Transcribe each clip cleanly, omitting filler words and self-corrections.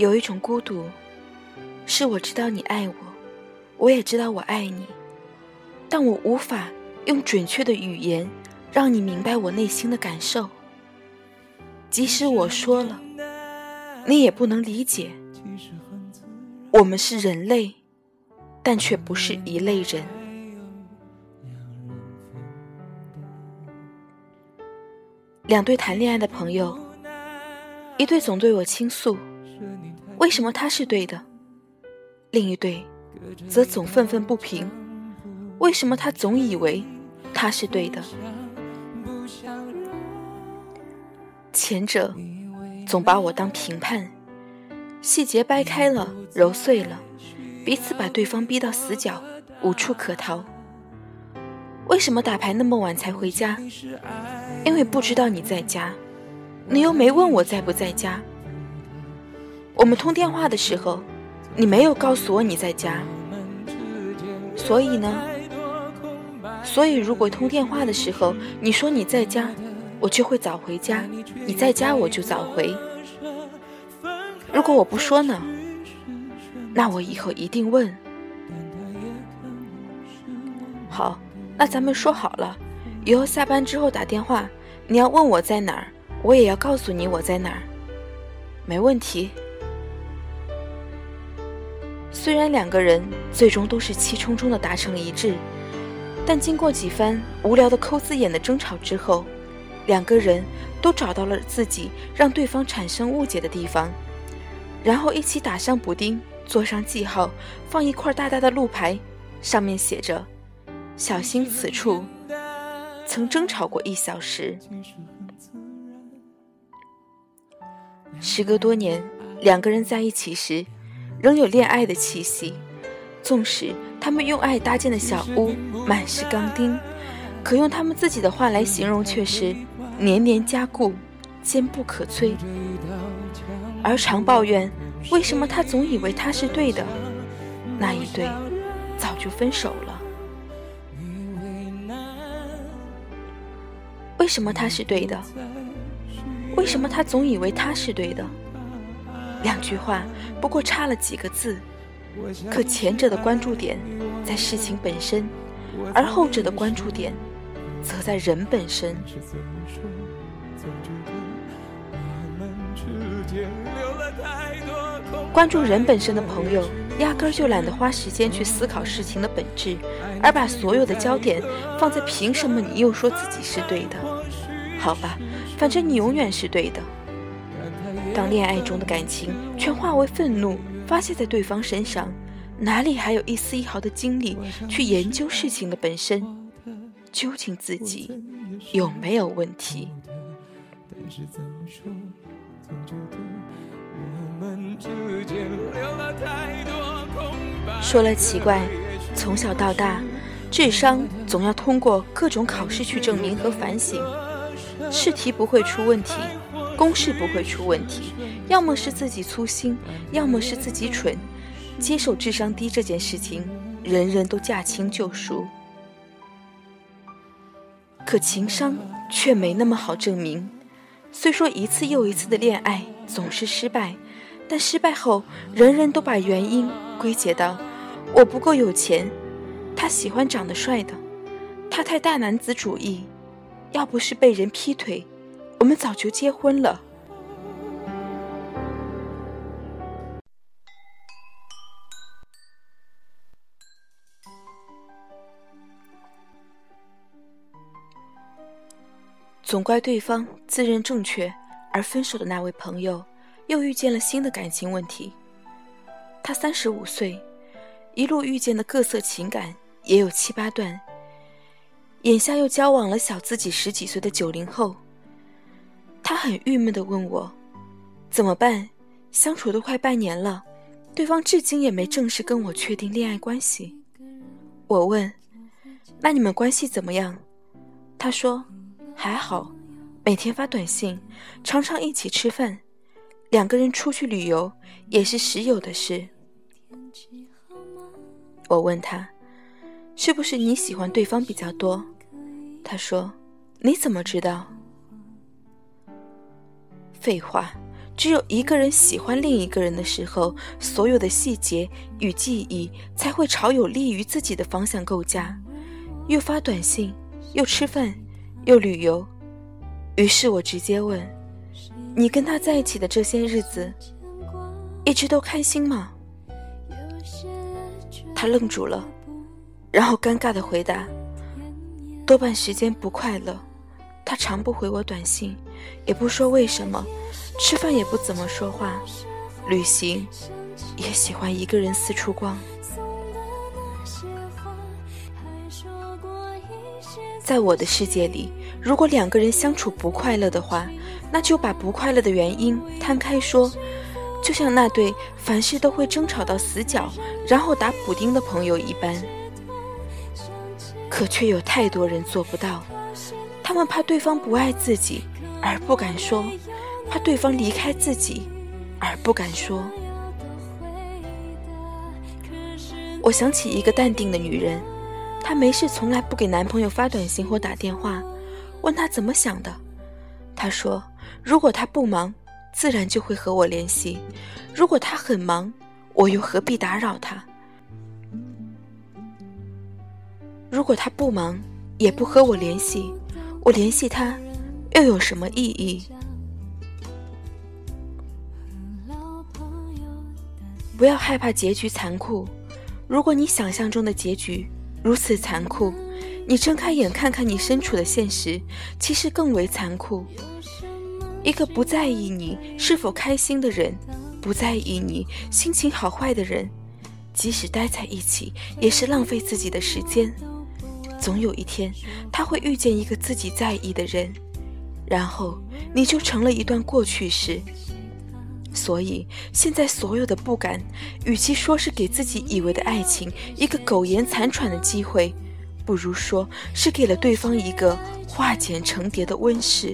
有一种孤独，是我知道你爱我，我也知道我爱你，但我无法用准确的语言让你明白我内心的感受。即使我说了，你也不能理解。我们是人类，但却不是一类人。两对谈恋爱的朋友，一对总对我倾诉，为什么他是对的？另一对则总愤愤不平，为什么他总以为他是对的？前者总把我当评判，细节掰开了揉碎了，彼此把对方逼到死角，无处可逃。为什么打牌那么晚才回家？因为不知道你在家，你又没问我在不在家。我们通电话的时候，你没有告诉我你在家。所以呢？所以如果通电话的时候你说你在家，我就会早回家，你在家我就早回。如果我不说呢？那我以后一定问。好，那咱们说好了，以后下班之后打电话，你要问我在哪儿，我也要告诉你我在哪儿。没问题。虽然两个人最终都是气冲冲地达成一致，但经过几番无聊的抠字眼的争吵之后，两个人都找到了自己让对方产生误解的地方，然后一起打上补丁，做上记号，放一块大大的路牌，上面写着小心此处曾争吵过1小时。时隔多年，两个人在一起时仍有恋爱的气息，纵使他们用爱搭建的小屋满是钢钉，可用他们自己的话来形容却是年年加固，坚不可摧。而常抱怨为什么他总以为他是对的，那一对早就分手了。为什么他是对的？为什么他总以为他是对的？两句话不过差了几个字，可前者的关注点在事情本身，而后者的关注点则在人本身。关注人本身的朋友压根儿就懒得花时间去思考事情的本质，而把所有的焦点放在凭什么你又说自己是对的。好吧，反正你永远是对的。当恋爱中的感情全化为愤怒发泄在对方身上，哪里还有一丝一毫的精力去研究事情的本身，究竟自己有没有问题？说了奇怪，从小到大，智商总要通过各种考试去证明和反省。试题不会出问题，公式不会出问题，要么是自己粗心，要么是自己蠢。接受智商低这件事情，人人都驾轻就熟。可情商却没那么好证明。虽说一次又一次的恋爱总是失败，但失败后人人都把原因归结到我不够有钱，他喜欢长得帅的，他太大男子主义，要不是被人劈腿，我们早就结婚了。总怪对方自认正确而分手的那位朋友又遇见了新的感情问题。他35岁，一路遇见的各色情感也有7、8段，眼下又交往了小自己10几岁的90后。他很郁闷地问我怎么办，相处都快半年了，对方至今也没正式跟我确定恋爱关系。我问那你们关系怎么样？他说还好，每天发短信，常常一起吃饭，两个人出去旅游也是时有的事。我问他是不是你喜欢对方比较多？他说你怎么知道？废话， 只有一个人喜欢另一个人的时候，所有的细节与记忆才会朝有利于自己的方向构架，又发短信，又吃饭，又旅游。于是我直接问，你跟他在一起的这些日子一直都开心吗？他愣住了，然后尴尬地回答，多半时间不快乐。他常不回我短信，也不说为什么，吃饭也不怎么说话，旅行也喜欢一个人四处逛。在我的世界里，如果两个人相处不快乐的话，那就把不快乐的原因摊开说，就像那对凡事都会争吵到死角，然后打补丁的朋友一般。可却有太多人做不到，他们怕对方不爱自己而不敢说，怕对方离开自己而不敢说。我想起一个淡定的女人，她没事从来不给男朋友发短信或打电话，问他怎么想的。她说，如果他不忙，自然就会和我联系，如果他很忙，我又何必打扰他？如果他不忙，也不和我联系，我联系他又有什么意义？不要害怕结局残酷，如果你想象中的结局如此残酷，你睁开眼看看你身处的现实，其实更为残酷。一个不在意你是否开心的人，不在意你心情好坏的人，即使待在一起也是浪费自己的时间。总有一天他会遇见一个自己在意的人，然后你就成了一段过去式。所以现在所有的不敢，与其说是给自己以为的爱情一个苟延残喘的机会，不如说是给了对方一个化茧成蝶的温室。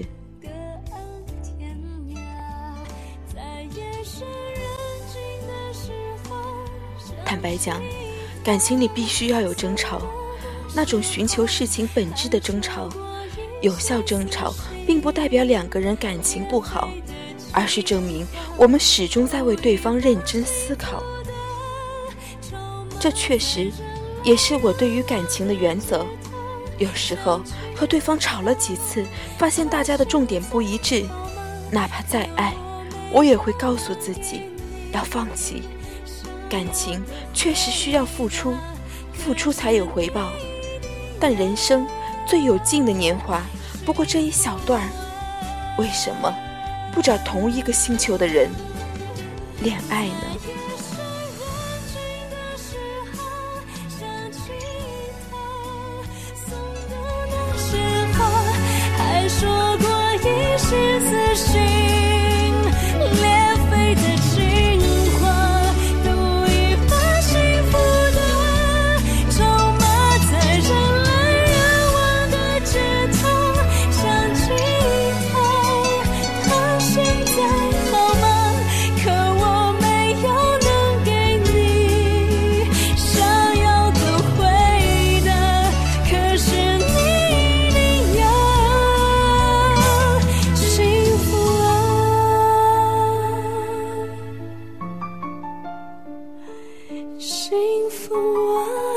坦白讲，感情里必须要有争吵，那种寻求事情本质的争吵。有效争吵并不代表两个人感情不好，而是证明我们始终在为对方认真思考。这确实也是我对于感情的原则。有时候和对方吵了几次，发现大家的重点不一致，哪怕再爱，我也会告诉自己要放弃。感情确实需要付出，付出才有回报，但人生最有劲的年华不过这一小段，为什么不找同一个星球的人恋爱呢？还说过一世此行，连飞的情话都已把幸福的筹码在人来人往的街头想起他，他现在好吗？可我没有能给你想要的回答，可是你一定要幸福啊，幸福啊。